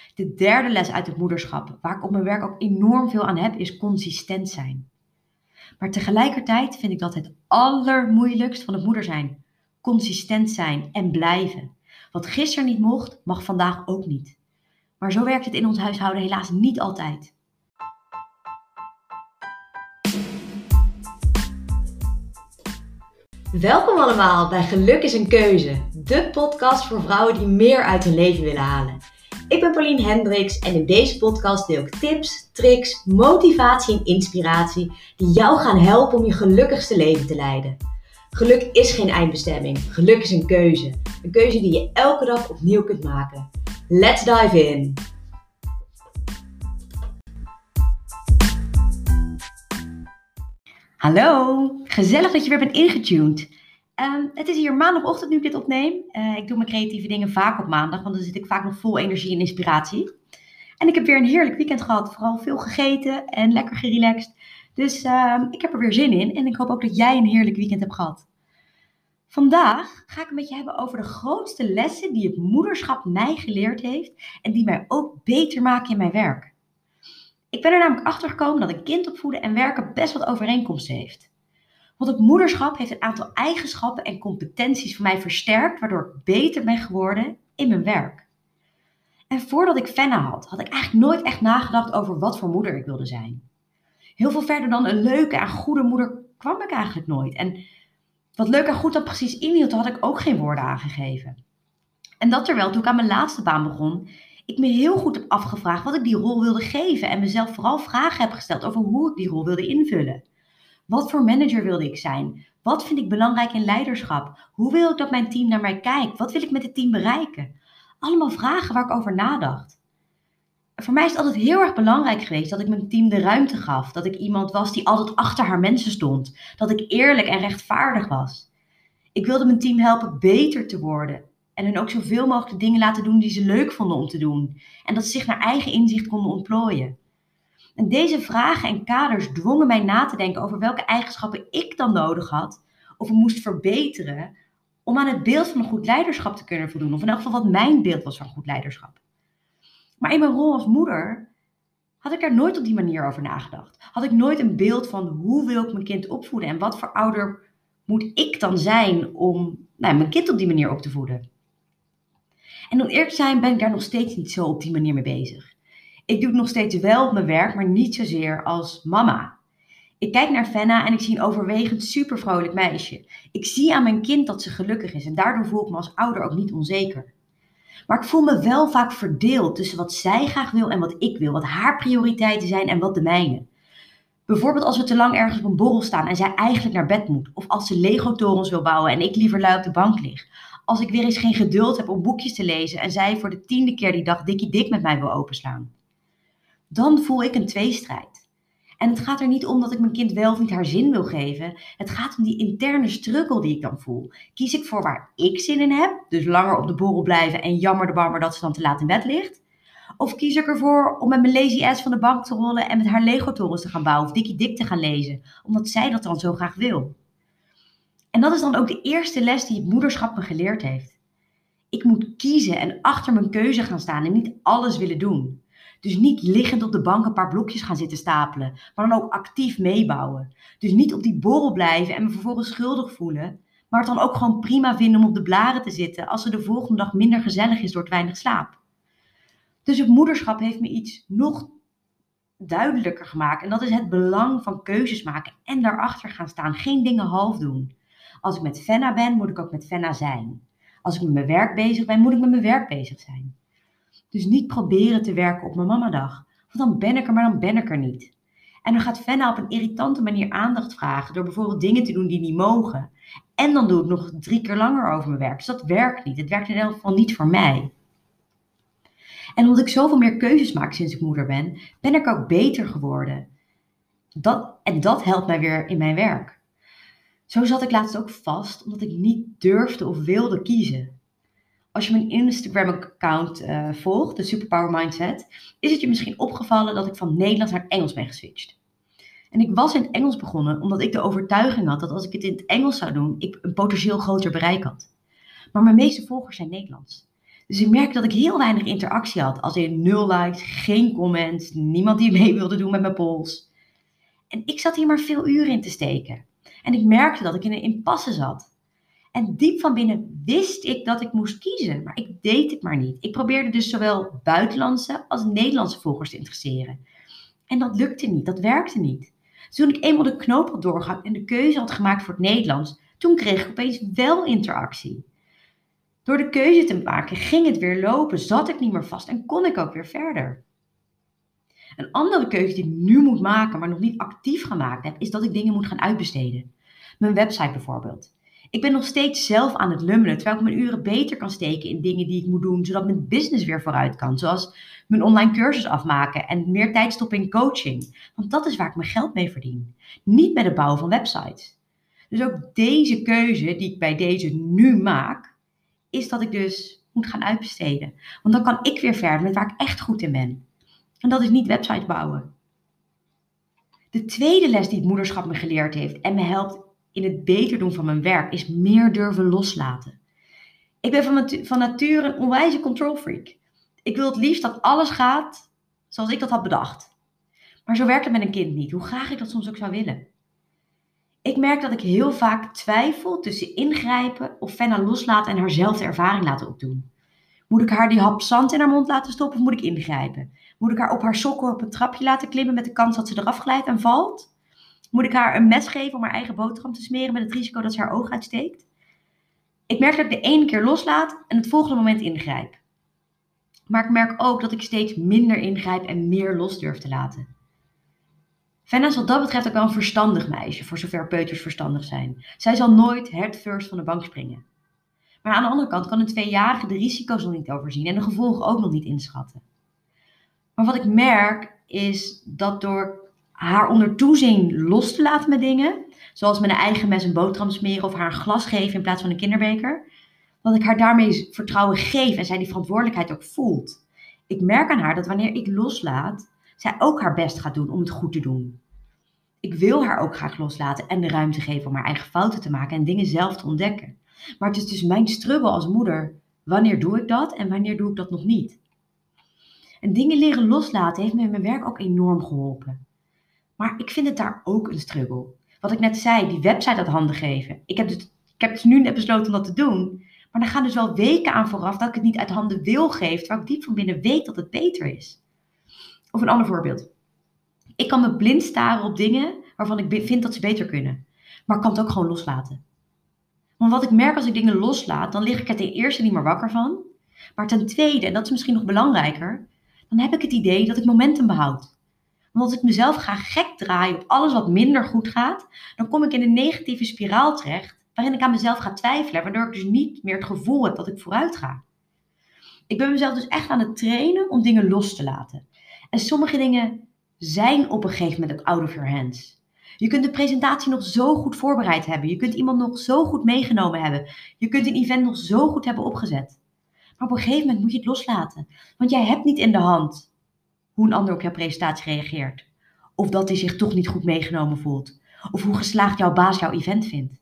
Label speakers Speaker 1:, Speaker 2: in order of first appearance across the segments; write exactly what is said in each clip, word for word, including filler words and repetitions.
Speaker 1: De derde les uit het moederschap, waar ik op mijn werk ook enorm veel aan heb, is consistent zijn. Maar tegelijkertijd vind ik dat het allermoeilijkst van het moeder zijn. Consistent zijn en blijven. Wat gisteren niet mocht, mag vandaag ook niet. Maar zo werkt het in ons huishouden helaas niet altijd. Welkom allemaal bij Geluk is een Keuze, de podcast voor vrouwen die meer uit hun leven willen halen. Ik ben Pauline Hendricks en in deze podcast deel ik tips, tricks, motivatie en inspiratie die jou gaan helpen om je gelukkigste leven te leiden. Geluk is geen eindbestemming, geluk is een keuze. Een keuze die je elke dag opnieuw kunt maken. Let's dive in! Hallo, gezellig dat je weer bent ingetuned. Um, het is hier maandagochtend nu ik dit opneem. Uh, ik doe mijn creatieve dingen vaak op maandag, want dan zit ik vaak nog vol energie en inspiratie. En ik heb weer een heerlijk weekend gehad, vooral veel gegeten en lekker gerelaxed. Dus uh, ik heb er weer zin in en ik hoop ook dat jij een heerlijk weekend hebt gehad. Vandaag ga ik het met je hebben over de grootste lessen die het moederschap mij geleerd heeft en die mij ook beter maken in mijn werk. Ik ben er namelijk achter gekomen dat een kind opvoeden en werken best wat overeenkomsten heeft. Want het moederschap heeft een aantal eigenschappen en competenties voor mij versterkt, waardoor ik beter ben geworden in mijn werk. En voordat ik Fenna had, had ik eigenlijk nooit echt nagedacht over wat voor moeder ik wilde zijn. Heel veel verder dan een leuke en goede moeder kwam ik eigenlijk nooit. En wat leuk en goed dan precies inhield, had ik ook geen woorden aangegeven. En dat terwijl toen ik aan mijn laatste baan begon, ik me heel goed heb afgevraagd wat ik die rol wilde geven en mezelf vooral vragen heb gesteld over hoe ik die rol wilde invullen. Wat voor manager wilde ik zijn? Wat vind ik belangrijk in leiderschap? Hoe wil ik dat mijn team naar mij kijkt? Wat wil ik met het team bereiken? Allemaal vragen waar ik over nadacht. En voor mij is het altijd heel erg belangrijk geweest dat ik mijn team de ruimte gaf. Dat ik iemand was die altijd achter haar mensen stond. Dat ik eerlijk en rechtvaardig was. Ik wilde mijn team helpen beter te worden. En hen ook zoveel mogelijk de dingen laten doen die ze leuk vonden om te doen. En dat ze zich naar eigen inzicht konden ontplooien. En deze vragen en kaders dwongen mij na te denken over welke eigenschappen ik dan nodig had of ik moest verbeteren om aan het beeld van een goed leiderschap te kunnen voldoen. Of in elk geval wat mijn beeld was van goed leiderschap. Maar in mijn rol als moeder had ik er nooit op die manier over nagedacht. Had ik nooit een beeld van hoe wil ik mijn kind opvoeden en wat voor ouder moet ik dan zijn om nou, mijn kind op die manier op te voeden. En om eerlijk te zijn ben ik daar nog steeds niet zo op die manier mee bezig. Ik doe het nog steeds wel op mijn werk, maar niet zozeer als mama. Ik kijk naar Fenna en ik zie een overwegend super vrolijk meisje. Ik zie aan mijn kind dat ze gelukkig is en daardoor voel ik me als ouder ook niet onzeker. Maar ik voel me wel vaak verdeeld tussen wat zij graag wil en wat ik wil. Wat haar prioriteiten zijn en wat de mijne. Bijvoorbeeld als we te lang ergens op een borrel staan en zij eigenlijk naar bed moet. Of als ze Lego-torens wil bouwen en ik liever lui op de bank lig. Als ik weer eens geen geduld heb om boekjes te lezen en zij voor de tiende keer die dag dikkie dik met mij wil openslaan. Dan voel ik een tweestrijd. En het gaat er niet om dat ik mijn kind wel of niet haar zin wil geven. Het gaat om die interne struggle die ik dan voel. Kies ik voor waar ik zin in heb, dus langer op de borrel blijven en jammer de bammer dat ze dan te laat in bed ligt? Of kies ik ervoor om met mijn lazy ass van de bank te rollen en met haar Lego-torens te gaan bouwen of dikkie dik te gaan lezen, omdat zij dat dan zo graag wil? En dat is dan ook de eerste les die het moederschap me geleerd heeft. Ik moet kiezen en achter mijn keuze gaan staan en niet alles willen doen. Dus niet liggend op de bank een paar blokjes gaan zitten stapelen, maar dan ook actief meebouwen. Dus niet op die borrel blijven en me vervolgens schuldig voelen, maar het dan ook gewoon prima vinden om op de blaren te zitten als er de volgende dag minder gezellig is door te weinig slaap. Dus het moederschap heeft me iets nog duidelijker gemaakt en dat is het belang van keuzes maken en daarachter gaan staan, geen dingen half doen. Als ik met Fenna ben, moet ik ook met Fenna zijn. Als ik met mijn werk bezig ben, moet ik met mijn werk bezig zijn. Dus niet proberen te werken op mijn mamadag. Want dan ben ik er, maar dan ben ik er niet. En dan gaat Fenna op een irritante manier aandacht vragen door bijvoorbeeld dingen te doen die niet mogen. En dan doe ik nog drie keer langer over mijn werk. Dus dat werkt niet. Het werkt in elk geval niet voor mij. En omdat ik zoveel meer keuzes maak sinds ik moeder ben, ben ik ook beter geworden. Dat, en dat helpt mij weer in mijn werk. Zo zat ik laatst ook vast, omdat ik niet durfde of wilde kiezen. Als je mijn Instagram-account uh, volgt, de Superpower Mindset, is het je misschien opgevallen dat ik van Nederlands naar Engels ben geswitcht. En ik was in het Engels begonnen omdat ik de overtuiging had dat als ik het in het Engels zou doen, ik een potentieel groter bereik had. Maar mijn meeste volgers zijn Nederlands. Dus ik merkte dat ik heel weinig interactie had. Als in nul likes, geen comments, niemand die mee wilde doen met mijn polls. En ik zat hier maar veel uren in te steken. En ik merkte dat ik in een impasse zat. En diep van binnen wist ik dat ik moest kiezen, maar ik deed het maar niet. Ik probeerde dus zowel buitenlandse als Nederlandse volgers te interesseren. En dat lukte niet, dat werkte niet. Dus toen ik eenmaal de knoop had doorgehakt en de keuze had gemaakt voor het Nederlands, toen kreeg ik opeens wel interactie. Door de keuze te maken ging het weer lopen, zat ik niet meer vast en kon ik ook weer verder. Een andere keuze die ik nu moet maken, maar nog niet actief gemaakt heb, is dat ik dingen moet gaan uitbesteden. Mijn website bijvoorbeeld. Ik ben nog steeds zelf aan het lummelen, terwijl ik mijn uren beter kan steken in dingen die ik moet doen, zodat mijn business weer vooruit kan. Zoals mijn online cursus afmaken en meer tijd stoppen in coaching. Want dat is waar ik mijn geld mee verdien. Niet met het bouwen van websites. Dus ook deze keuze die ik bij deze nu maak, is dat ik dus moet gaan uitbesteden. Want dan kan ik weer verder met waar ik echt goed in ben. En dat is niet websites bouwen. De tweede les die het moederschap me geleerd heeft en me helpt in het beter doen van mijn werk, is meer durven loslaten. Ik ben van, natu- van nature een onwijze control freak. Ik wil het liefst dat alles gaat zoals ik dat had bedacht. Maar zo werkt het met een kind niet, hoe graag ik dat soms ook zou willen. Ik merk dat ik heel vaak twijfel tussen ingrijpen of Fenna loslaten en haarzelf de ervaring laten opdoen. Moet ik haar die hap zand in haar mond laten stoppen of moet ik ingrijpen? Moet ik haar op haar sokken op een trapje laten klimmen met de kans dat ze eraf glijdt en valt? Moet ik haar een mes geven om haar eigen boterham te smeren met het risico dat ze haar oog uitsteekt? Ik merk dat ik de ene keer loslaat en het volgende moment ingrijp. Maar ik merk ook dat ik steeds minder ingrijp en meer los durf te laten. Fenna is wat dat betreft ook wel een verstandig meisje, voor zover peuters verstandig zijn. Zij zal nooit head first van de bank springen. Maar aan de andere kant kan een tweejarige de risico's nog niet overzien en de gevolgen ook nog niet inschatten. Maar wat ik merk is dat door haar onder toezien los te laten met dingen, zoals met een eigen mes een boterham smeren of haar een glas geven in plaats van een kinderbeker, dat ik haar daarmee vertrouwen geef en zij die verantwoordelijkheid ook voelt. Ik merk aan haar dat wanneer ik loslaat, zij ook haar best gaat doen om het goed te doen. Ik wil haar ook graag loslaten en de ruimte geven om haar eigen fouten te maken en dingen zelf te ontdekken. Maar het is dus mijn struggle als moeder. Wanneer doe ik dat en wanneer doe ik dat nog niet? En dingen leren loslaten heeft me in mijn werk ook enorm geholpen. Maar ik vind het daar ook een struggle. Wat ik net zei, die website uit handen geven. Ik heb, dus, ik heb dus nu net besloten om dat te doen. Maar er gaan dus wel weken aan vooraf dat ik het niet uit handen wil geven, terwijl ik diep van binnen weet dat het beter is. Of een ander voorbeeld. Ik kan me blind staren op dingen waarvan ik vind dat ze beter kunnen. Maar ik kan het ook gewoon loslaten. Want wat ik merk als ik dingen loslaat, dan lig ik er ten eerste niet meer wakker van. Maar ten tweede, en dat is misschien nog belangrijker, dan heb ik het idee dat ik momentum behoud. Want als ik mezelf ga gek draaien op alles wat minder goed gaat, dan kom ik in een negatieve spiraal terecht, waarin ik aan mezelf ga twijfelen, waardoor ik dus niet meer het gevoel heb dat ik vooruit ga. Ik ben mezelf dus echt aan het trainen om dingen los te laten. En sommige dingen zijn op een gegeven moment ook out of your hands. Je kunt de presentatie nog zo goed voorbereid hebben. Je kunt iemand nog zo goed meegenomen hebben. Je kunt een event nog zo goed hebben opgezet. Maar op een gegeven moment moet je het loslaten. Want jij hebt niet in de hand hoe een ander op jouw presentatie reageert. Of dat hij zich toch niet goed meegenomen voelt. Of hoe geslaagd jouw baas jouw event vindt.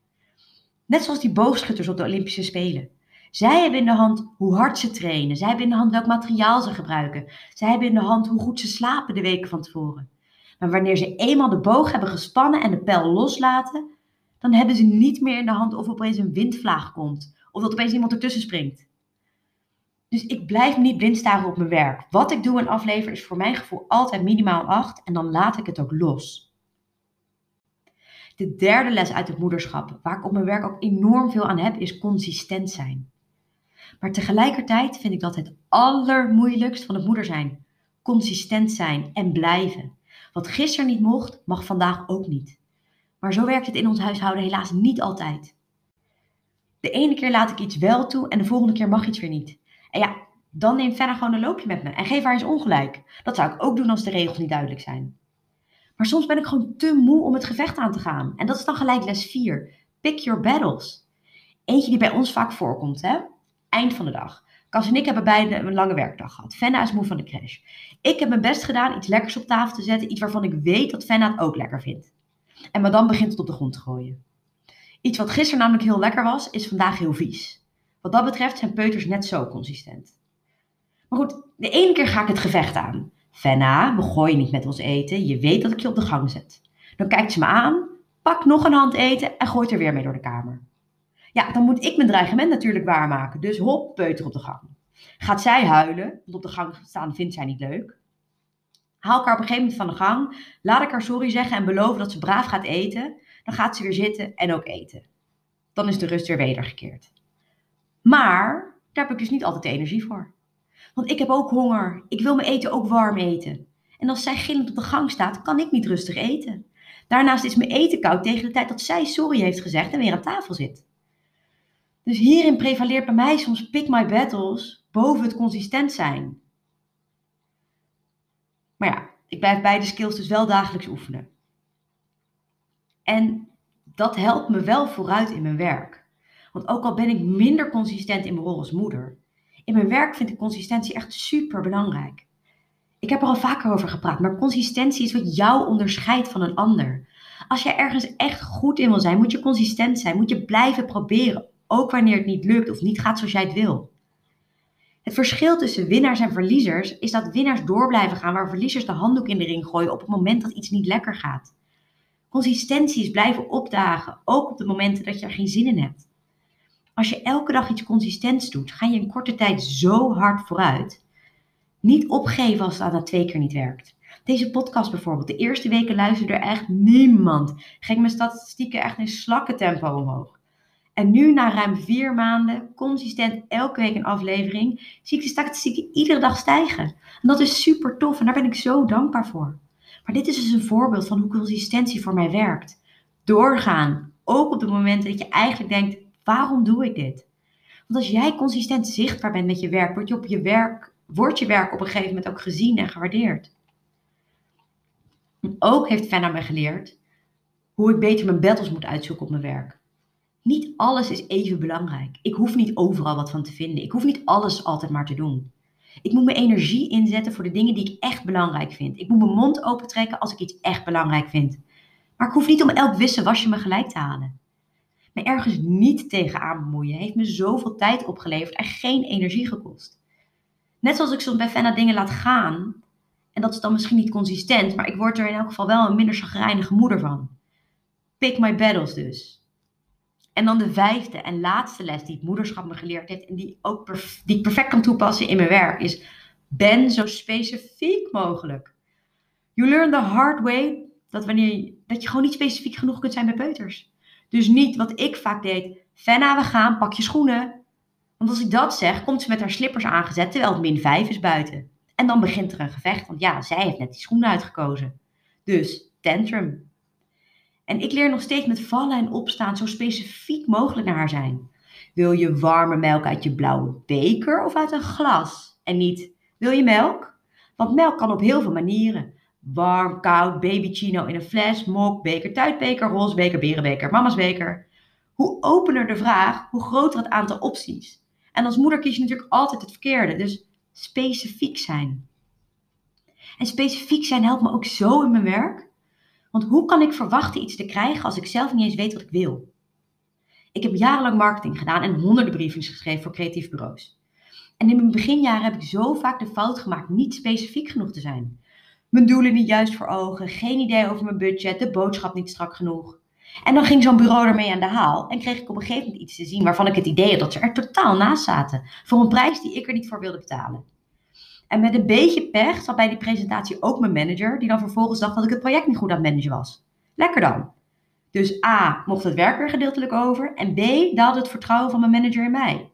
Speaker 1: Net zoals die boogschutters op de Olympische Spelen. Zij hebben in de hand hoe hard ze trainen. Zij hebben in de hand welk materiaal ze gebruiken. Zij hebben in de hand hoe goed ze slapen de weken van tevoren. Maar wanneer ze eenmaal de boog hebben gespannen en de pijl loslaten, dan hebben ze niet meer in de hand of opeens een windvlaag komt. Of dat opeens iemand ertussen springt. Dus ik blijf niet blind staren op mijn werk. Wat ik doe en aflever is voor mijn gevoel altijd minimaal acht en dan laat ik het ook los. De derde les uit het moederschap, waar ik op mijn werk ook enorm veel aan heb, is consistent zijn. Maar tegelijkertijd vind ik dat het allermoeilijkst van het moeder zijn. Consistent zijn en blijven. Wat gisteren niet mocht, mag vandaag ook niet. Maar zo werkt het in ons huishouden helaas niet altijd. De ene keer laat ik iets wel toe en de volgende keer mag iets weer niet. En ja, dan neemt Fenna gewoon een loopje met me en geef haar eens ongelijk. Dat zou ik ook doen als de regels niet duidelijk zijn. Maar soms ben ik gewoon te moe om het gevecht aan te gaan. En dat is dan gelijk les vier. Pick your battles. Eentje die bij ons vaak voorkomt, hè? Eind van de dag. Cas en ik hebben beide een lange werkdag gehad. Fenna is moe van de crash. Ik heb mijn best gedaan iets lekkers op tafel te zetten. Iets waarvan ik weet dat Fenna het ook lekker vindt. En maar dan begint het op de grond te gooien. Iets wat gisteren namelijk heel lekker was, is vandaag heel vies. Wat dat betreft zijn peuters net zo consistent. Maar goed, de ene keer ga ik het gevecht aan. Fenna, begooi je niet met ons eten, je weet dat ik je op de gang zet. Dan kijkt ze me aan, pakt nog een hand eten en gooit er weer mee door de kamer. Ja, dan moet ik mijn dreigement natuurlijk waarmaken, dus hop, peuter op de gang. Gaat zij huilen, want op de gang staan vindt zij niet leuk. Haal ik haar op een gegeven moment van de gang, laat ik haar sorry zeggen en beloven dat ze braaf gaat eten. Dan gaat ze weer zitten en ook eten. Dan is de rust weer wedergekeerd. Maar daar heb ik dus niet altijd de energie voor. Want ik heb ook honger. Ik wil mijn eten ook warm eten. En als zij gillend op de gang staat, kan ik niet rustig eten. Daarnaast is mijn eten koud tegen de tijd dat zij sorry heeft gezegd en weer aan tafel zit. Dus hierin prevaleert bij mij soms pick my battles boven het consistent zijn. Maar ja, ik blijf beide skills dus wel dagelijks oefenen. En dat helpt me wel vooruit in mijn werk. Want ook al ben ik minder consistent in mijn rol als moeder, in mijn werk vind ik consistentie echt super belangrijk. Ik heb er al vaker over gepraat, maar consistentie is wat jou onderscheidt van een ander. Als jij ergens echt goed in wil zijn, moet je consistent zijn, moet je blijven proberen, ook wanneer het niet lukt of niet gaat zoals jij het wil. Het verschil tussen winnaars en verliezers is dat winnaars door blijven gaan waar verliezers de handdoek in de ring gooien op het moment dat iets niet lekker gaat. Consistentie is blijven opdagen, ook op de momenten dat je er geen zin in hebt. Als je elke dag iets consistents doet, ga je in korte tijd zo hard vooruit. Niet opgeven als het aan twee keer niet werkt. Deze podcast bijvoorbeeld, de eerste weken luisterde er echt niemand. Ging mijn statistieken echt in slakkentempo omhoog. En nu, na ruim vier maanden, consistent elke week een aflevering, zie ik de statistieken iedere dag stijgen. En dat is super tof en daar ben ik zo dankbaar voor. Maar dit is dus een voorbeeld van hoe consistentie voor mij werkt. Doorgaan, ook op de momenten dat je eigenlijk denkt, waarom doe ik dit? Want als jij consistent zichtbaar bent met je werk, wordt je, op je werk, wordt je werk op een gegeven moment ook gezien en gewaardeerd. En ook heeft Fenna me geleerd hoe ik beter mijn battles moet uitzoeken op mijn werk. Niet alles is even belangrijk. Ik hoef niet overal wat van te vinden. Ik hoef niet alles altijd maar te doen. Ik moet mijn energie inzetten voor de dingen die ik echt belangrijk vind. Ik moet mijn mond opentrekken als ik iets echt belangrijk vind. Maar ik hoef niet om elk wisselwasje me gelijk te halen. Me ergens niet tegenaan bemoeien heeft me zoveel tijd opgeleverd en geen energie gekost. Net zoals ik soms bij Fenna dingen laat gaan. En dat is dan misschien niet consistent, maar ik word er in elk geval wel een minder chagrijnige moeder van. Pick my battles dus. En dan de vijfde en laatste les die het moederschap me geleerd heeft en die, ook perf- die ik perfect kan toepassen in mijn werk is: ben zo specifiek mogelijk. You learn the hard way dat, wanneer je, dat je gewoon niet specifiek genoeg kunt zijn bij peuters. Dus niet wat ik vaak deed: Fenna, we gaan, pak je schoenen. Want als ik dat zeg, komt ze met haar slippers aangezet terwijl het min vijf is buiten. En dan begint er een gevecht, want ja, zij heeft net die schoenen uitgekozen. Dus tantrum. En ik leer nog steeds met vallen en opstaan zo specifiek mogelijk naar haar zijn. Wil je warme melk uit je blauwe beker of uit een glas? En niet, wil je melk? Want melk kan op heel veel manieren. Warm, koud, baby chino in een fles, mok, beker, tuitbeker, roze beker, berenbeker, mama's beker. Hoe opener de vraag, hoe groter het aantal opties. En als moeder kies je natuurlijk altijd het verkeerde, dus specifiek zijn. En specifiek zijn helpt me ook zo in mijn werk. Want hoe kan ik verwachten iets te krijgen als ik zelf niet eens weet wat ik wil? Ik heb jarenlang marketing gedaan en honderden briefings geschreven voor creatief bureaus. En in mijn beginjaren heb ik zo vaak de fout gemaakt niet specifiek genoeg te zijn. Mijn doelen niet juist voor ogen, geen idee over mijn budget, de boodschap niet strak genoeg. En dan ging zo'n bureau ermee aan de haal en kreeg ik op een gegeven moment iets te zien waarvan ik het idee had dat ze er totaal naast zaten. Voor een prijs die ik er niet voor wilde betalen. En met een beetje pech zat bij die presentatie ook mijn manager, die dan vervolgens dacht dat ik het project niet goed aan het managen was. Lekker dan. Dus A, mocht het werk er gedeeltelijk over en B, daalde het vertrouwen van mijn manager in mij.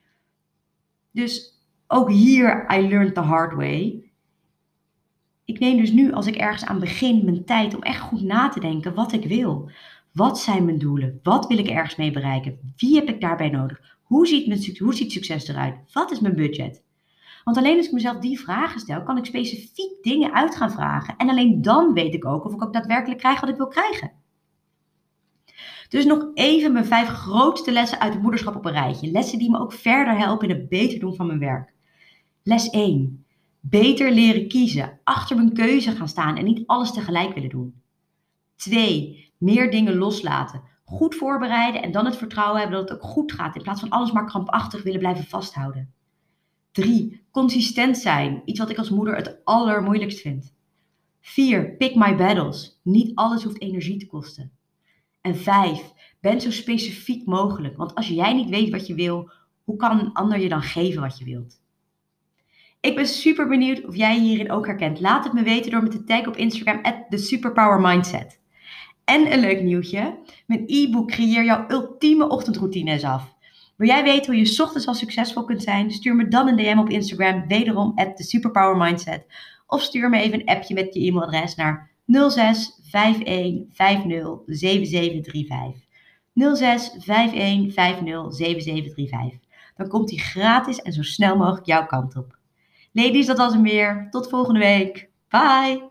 Speaker 1: Dus ook hier, I learned the hard way. Ik neem dus nu, als ik ergens aan begin, mijn tijd om echt goed na te denken wat ik wil. Wat zijn mijn doelen? Wat wil ik ergens mee bereiken? Wie heb ik daarbij nodig? Hoe ziet, mijn, hoe ziet succes eruit? Wat is mijn budget? Want alleen als ik mezelf die vragen stel, kan ik specifiek dingen uit gaan vragen. En alleen dan weet ik ook of ik ook daadwerkelijk krijg wat ik wil krijgen. Dus nog even mijn vijf grootste lessen uit het moederschap op een rijtje. Lessen die me ook verder helpen in het beter doen van mijn werk. Les één. Beter leren kiezen. Achter mijn keuze gaan staan en niet alles tegelijk willen doen. twee. Meer dingen loslaten. Goed voorbereiden en dan het vertrouwen hebben dat het ook goed gaat. In plaats van alles maar krampachtig willen blijven vasthouden. Drie, consistent zijn. Iets wat ik als moeder het allermoeilijkst vind. Vier, pick my battles. Niet alles hoeft energie te kosten. En vijf, ben zo specifiek mogelijk. Want als jij niet weet wat je wil, hoe kan een ander je dan geven wat je wilt? Ik ben super benieuwd of jij hierin ook herkent. Laat het me weten door me te taggen op Instagram at the superpower mindset. En een leuk nieuwtje. Mijn e-book Creëer jouw ultieme ochtendroutines af. Wil jij weten hoe je 's ochtends al succesvol kunt zijn? Stuur me dan een D M op Instagram, wederom at the superpower mindset. Of stuur me even een appje met je e-mailadres naar nul zes vijf een vijf nul zeven zeven drie vijf. nul zes vijf een vijf nul zeven zeven drie vijf. Dan komt die gratis en zo snel mogelijk jouw kant op. Ladies, dat was hem weer. Tot volgende week. Bye!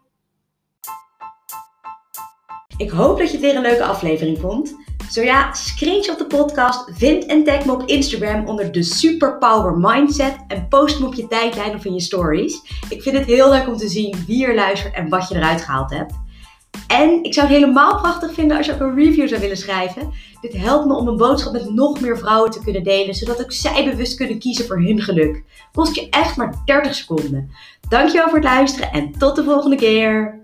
Speaker 1: Ik hoop dat je het weer een leuke aflevering vond. Zo ja, screenshot de podcast, vind en tag me op Instagram onder de Superpower Mindset en post me op je tijdlijn of in je stories. Ik vind het heel leuk om te zien wie er luistert en wat je eruit gehaald hebt. En ik zou het helemaal prachtig vinden als je ook een review zou willen schrijven. Dit helpt me om een boodschap met nog meer vrouwen te kunnen delen, zodat ook zij bewust kunnen kiezen voor hun geluk. Kost je echt maar dertig seconden. Dankjewel voor het luisteren en tot de volgende keer.